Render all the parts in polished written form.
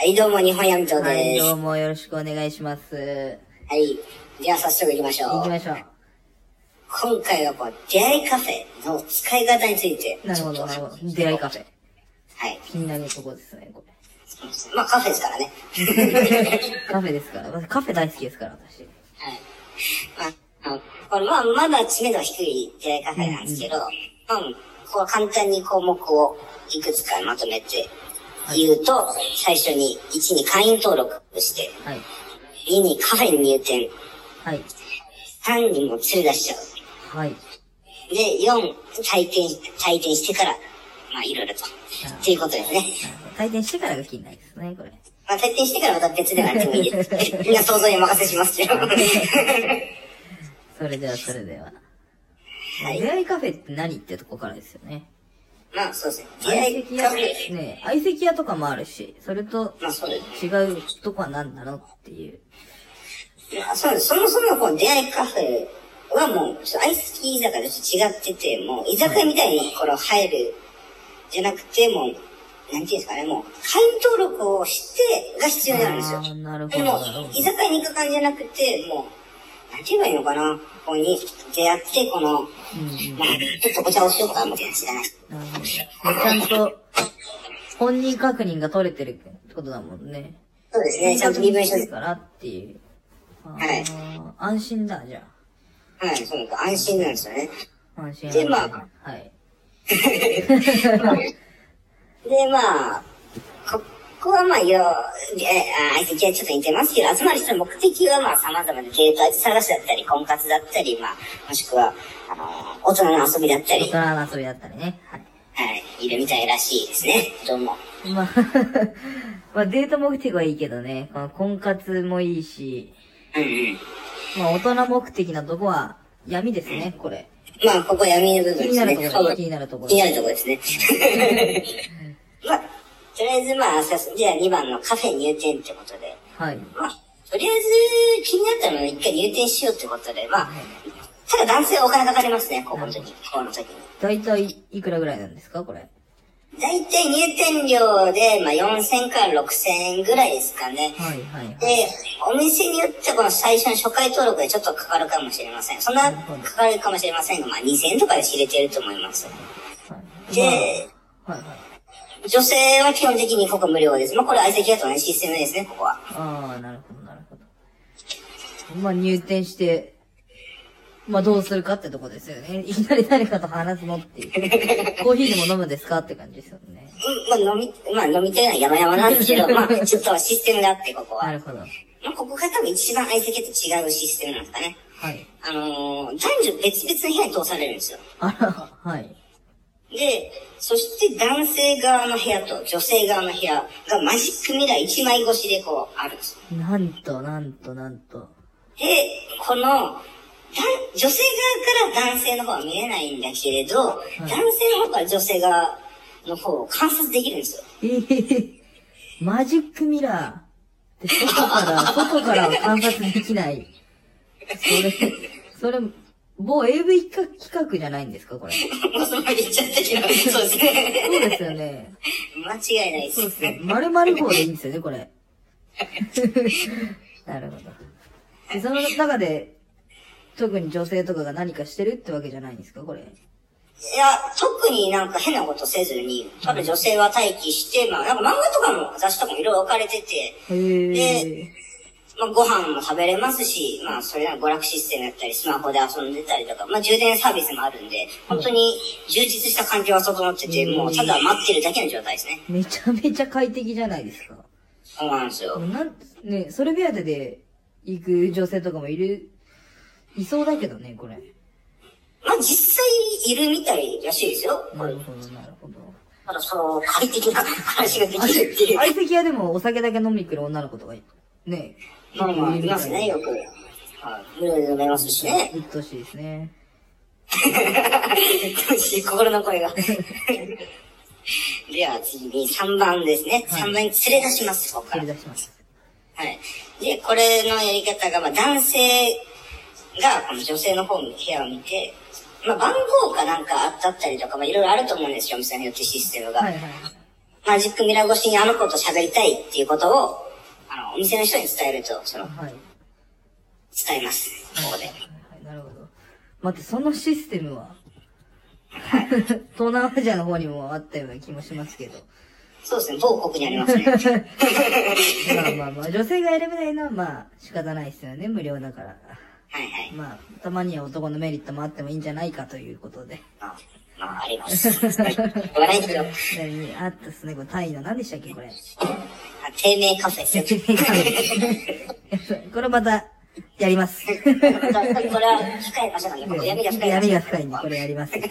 はい、どうも、日本闇堂です。 はい、どうもよろしくお願いします。 はい。では早速行きましょう。 行きましょう。 今回は出会いカフェの使い方について。 なるほど、なるほど。出会いカフェ。 はい。 気になるところですね、これ。 そうですね。まあカフェですからね。 カフェですから。カフェ大好きですから、私。 はい。これまだ知名度が低い出会いカフェなんですけど、簡単に項目をいくつかまとめて言うと、最初に1に会員登録をして、はい、2にカフェに入店、はい、3にも連れ出しちゃう。はい、で、4、退店してから、いろいろと。っていうことですね。 退店してからが気になるですね、これ。 退店してからまた別でなってもいいです。みんな想像にお任せしますけど。 それでは。はい、出会いカフェって何ってとこからですよね。 そうですね。出会いカフェ。 ね、相席屋とかもあるし、それと違うとこは何なのっていう。 そうです。そもそも出会いカフェはもう、相席居酒屋と違ってて、もう居酒屋みたいに入るじゃなくて、もう、なんていうんですかね、もう、会員登録をしてが必要になるんですよ。 なるほど。 でも、居酒屋に行く感じじゃなくて、もう、なんて言えばいいのかな、ここに出会って、ちょっとお茶をしようか、みたいな知らない。 ちゃんと、本人確認が取れてるってことだもんね。 そうですね、ちゃんと身分証からっていう。 はい。 安心だ、じゃあ。はい、そうか、安心なんですよね。 安心。 で、はい。で、ここは相席はちょっと似てますけど、集まる人の目的は様々なデート探しだったり、婚活だったり、もしくは、大人の遊びだったり。 大人の遊びだったりね。はい。 はい、いるみたいらしいですね。どうも。 デート目的はいいけどね、婚活もいいし、大人目的なとこは闇ですね、これ。 ここ闇の部分ですね。 気になるところ。 気になるところですね。とりあえずじゃあ2番のカフェ入店ってことで。はい。とりあえず気になったのを一回入店しようってことで、ただ男性はお金かかりますね、この時に。 だいたいいくらぐらいなんですか、これ。 だいたい入店料で、4000から6000円ぐらいですかね。で、お店によってはこの最初の初回登録でちょっとかかるかもしれません。そんなかかるかもしれませんが、2000円とかで仕入れてると思います。で、女性は基本的にここ無料です。これ相席屋と同じシステムですね、ここは。 なるほど。入店して、どうするかってとこですよね。いきなり誰かと話すのっていう。コーヒーでも飲むんですかって感じですよね。 飲みたいのは山々なんですけど、ちょっとシステムがあって、ここは。 なるほど。 ここが多分一番相席屋と違うシステムなんですかね。はい。男女別々の部屋に通されるんですよ。 はい。で、 そして男性側の部屋と女性側の部屋がマジックミラー1枚越しであるんです。 なんと。 で、女性側から男性の方は見えないんだけれど、男性の方から女性側の方を観察できるんですよ。 マジックミラー。で、外からは観察できない。それ、某 AV 企画じゃないんですか、これ。 もうその前言っちゃったけど、そうですね。 そうですよね。 間違いないです。 そうですね。丸々号でいいんですよね、これ。なるほど。で、その中で、特に女性とかが何かしてるってわけじゃないんですか、これ。いや、特になんか変なことせずに、ただ女性は待機して、なんか漫画とかも雑誌とかもいろいろ置かれてて、で、ご飯も食べれますし、それなら娯楽システムやったり、スマホで遊んでたりとか、充電サービスもあるんで、本当に充実した環境が整ってて、もうただ待ってるだけの状態ですね。 めちゃめちゃ快適じゃないですか。 そうなんですよ。 それ目当てで行く女性とかもいそうだけどね、これ。 実際いるみたいらしいですよ。 なるほど。 ただ快適な話ができるっていう。 相席屋でもお酒だけ飲みに来る女の子とかね。 いますね、よく。無料で飲めますしね。 うっとうしいですね。 うっとうしい、心の声が。では次に3番ですね。3番に連れ出します、ここから。 連れ出します。 はい。で、これのやり方が、男性がこの女性の方の部屋を見て、番号かなんかあったりとか、いろいろあると思うんですよ、お店によってシステムが。 マジックミラー越しにあの子と喋りたいっていうことを、お店の人に伝えると、 はい。 伝えます。ここで。 はい、なるほど。待って、そのシステムは、東南アジアの方にもあったような気もしますけど。 そうですね、某国にありますね。 まあ、女性が選べないのはまあ仕方ないですよね、無料だから。 はいはい。 まあ、たまには男のメリットもあってもいいんじゃないかということで。 あります。はい。笑いけど。 あったっすね、これタイの何でしたっけ、これ。 低迷カフェですよ。 低迷カフェ。これまた、やります。これは深い場所なんで、闇が深い。 闇が深いんで、これやります。はい。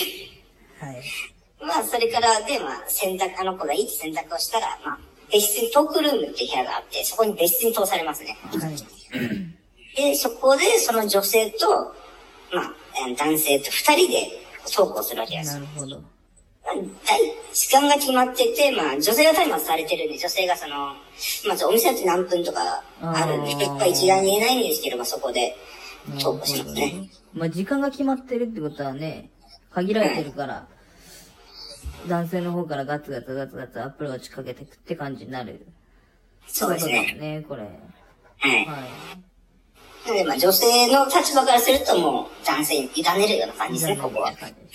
まあ、それからで、まあ、あの子がいいって選択をしたら、まあ、別室にトークルームっていう部屋があって、そこに別室に通されますね。はい。で、そこで、その女性と、まあ、男性と二人でトークをするわけです。 なるほど。 時間が決まってて、まあ、女性がタイマーされてるんで、女性がまずお店だって何分とかあるんで、結果一概に言えないんですけど、まあ、そこでトークしますね。 まあ、時間が決まってるってことはね、限られてるから、男性の方からガツガツアップローチかけてくって感じになる。 そうですね。 そうですね、これ。 はい。なので、まあ、女性の立場からするともう、男性に委ねるような感じですね、ここは。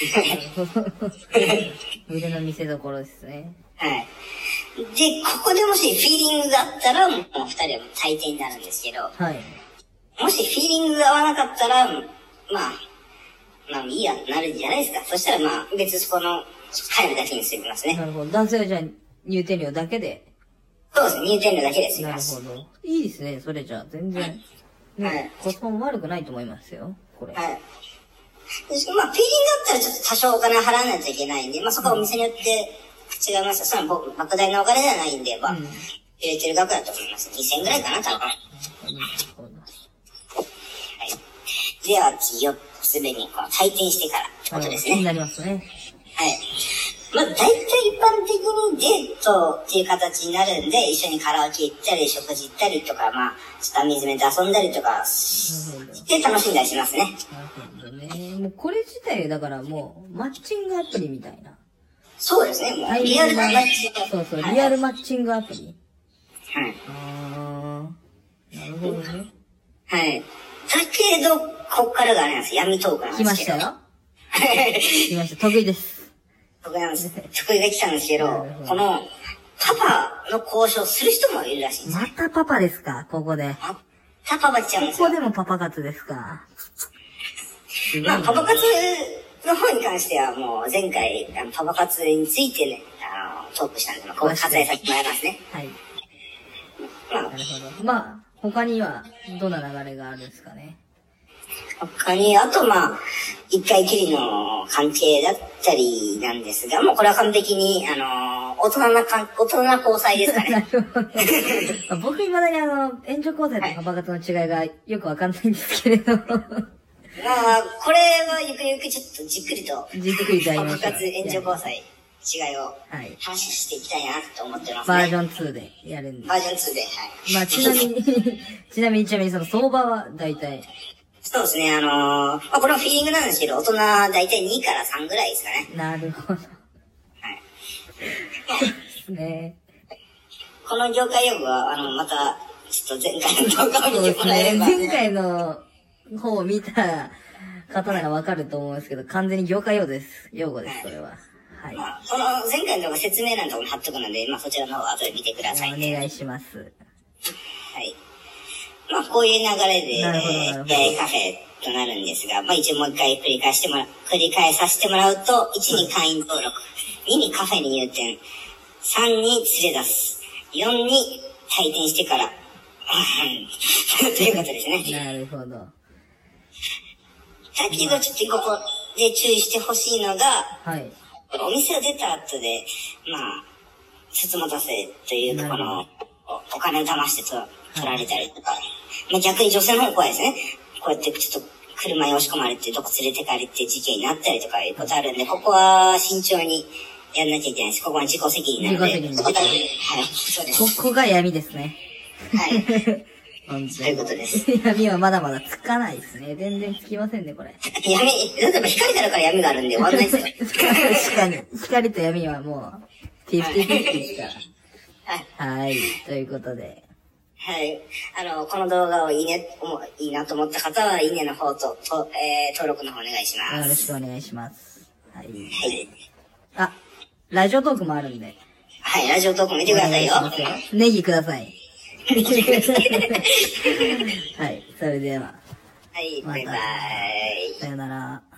腕の見せ所ですね。 はい。で、ここでもしフィーリングがあったら、もう二人は大抵になるんですけど、 はい。 もしフィーリングが合わなかったら、まあいいや、なるんじゃないですか。そしたらまあ、別にそこの、帰るだけにしておきますね。 なるほど。男性はじゃあ、入店料だけで。 そうですね、入店料だけで済みます。 なるほど。いいですね、それじゃあ、全然。はい。コスパも悪くないと思いますよ、これ。はい。 まあ、フィーリングだったらちょっと多少お金払わないといけないんで、まあそこはお店によって違いますよ。それは莫大なお金ではないんで、まあ、入れてる額だと思います。2000円ぐらいかな、多分。はい。では次4つ目に、この退店してからってことですね。 気になりますね。 はい。まあ、大体一般的にデートっていう形になるんで、一緒にカラオケ行ったり、食事行ったりとか、まあ、ちょっと水辺で遊んだりとかして楽しんだりしますね。 なるほどね。もうこれ自体、だからもう、マッチングアプリみたいな。 そうですね、もう。リアルなマッチング。 そう、リアルマッチングアプリ。 はい。 なるほどね。 はい。だけど、こっからがあれなんですよ。闇トークなんですけど。 来ましたよ。来ました。得意です。 得意が来たんですけど、この、パパの交渉する人もいるらしいんです。 またパパですか、ここで。 またパパ来ちゃうんですよ。 ここでもパパ活ですか。 まあ、パパ活の方に関してはもう前回、パパ活についてね、トークしたんで、こう割愛させてもらいますね。はい。 なるほど。まあ、他にはどんな流れがあるんですかね。 他に、あとまあ、一回きりの関係だったりなんですが、もうこれは完璧に、大人な交際ですかね。なるほど。僕未だに援助交際とパパ活の違いがよくわかんないんですけれど。まあ、 これはゆくゆくちょっとじっくりと、パパ活、援助交際、違いを話していきたいなと思ってますね。 バージョン2でやるんで。 バージョン2で、はい。 まあ、ちなみにその相場は大体。 そうですね、まあ、これはフィーリングなんですけど、大人大体2から3ぐらいですかね。 なるほど。はい。ですね。 この業界用語は、また、ちょっと前回の動画を見てもらえれば、ね。 前回の方を見た方ならわかると思うんですけど、完全に業界用語です、これは。はい。 まあ、この前回の動画説明欄とかも貼っとくので、まあ、そちらの方は後で見てください、 ね。お願いします。 はい。まあ、こういう流れで、カフェとなるんですが、まあ一応もう一回繰り返させてもらうと、1に会員登録、2にカフェに入店、3に連れ出す、4に退店してから、ということですね。 なるほど。 だけど、ちょっとここで注意してほしいのが、はい。お店を出た後で、まあ、つつもたせというか、この、お金を騙して取られたりとか、まあ逆に女性の方怖いですね。こうやってちょっと車に押し込まれてどこ連れてかれて事件になったりとかいうことあるんで、ここは慎重にやんなきゃいけないです。ここは自己責任なので。自己責任。はい、そうです。 ここが闇ですね。 はい。そういうことです。 闇はまだまだつかないですね。全然つきませんね、これ。 闇、例えば光があるから闇があるんで終わんないですよ。 確かに。光と闇はもう、 50-50ですから。はい。ということで。 はい。この動画をいいなと思った方は、いいねの方と、登録の方お願いします。 よろしくお願いします。はい。 はい。 あ、ラジオトークもあるんで。 はい、ラジオトーク見てくださいよ。 ネギください。はい、それでは。 はい、バイバイ。 さよなら。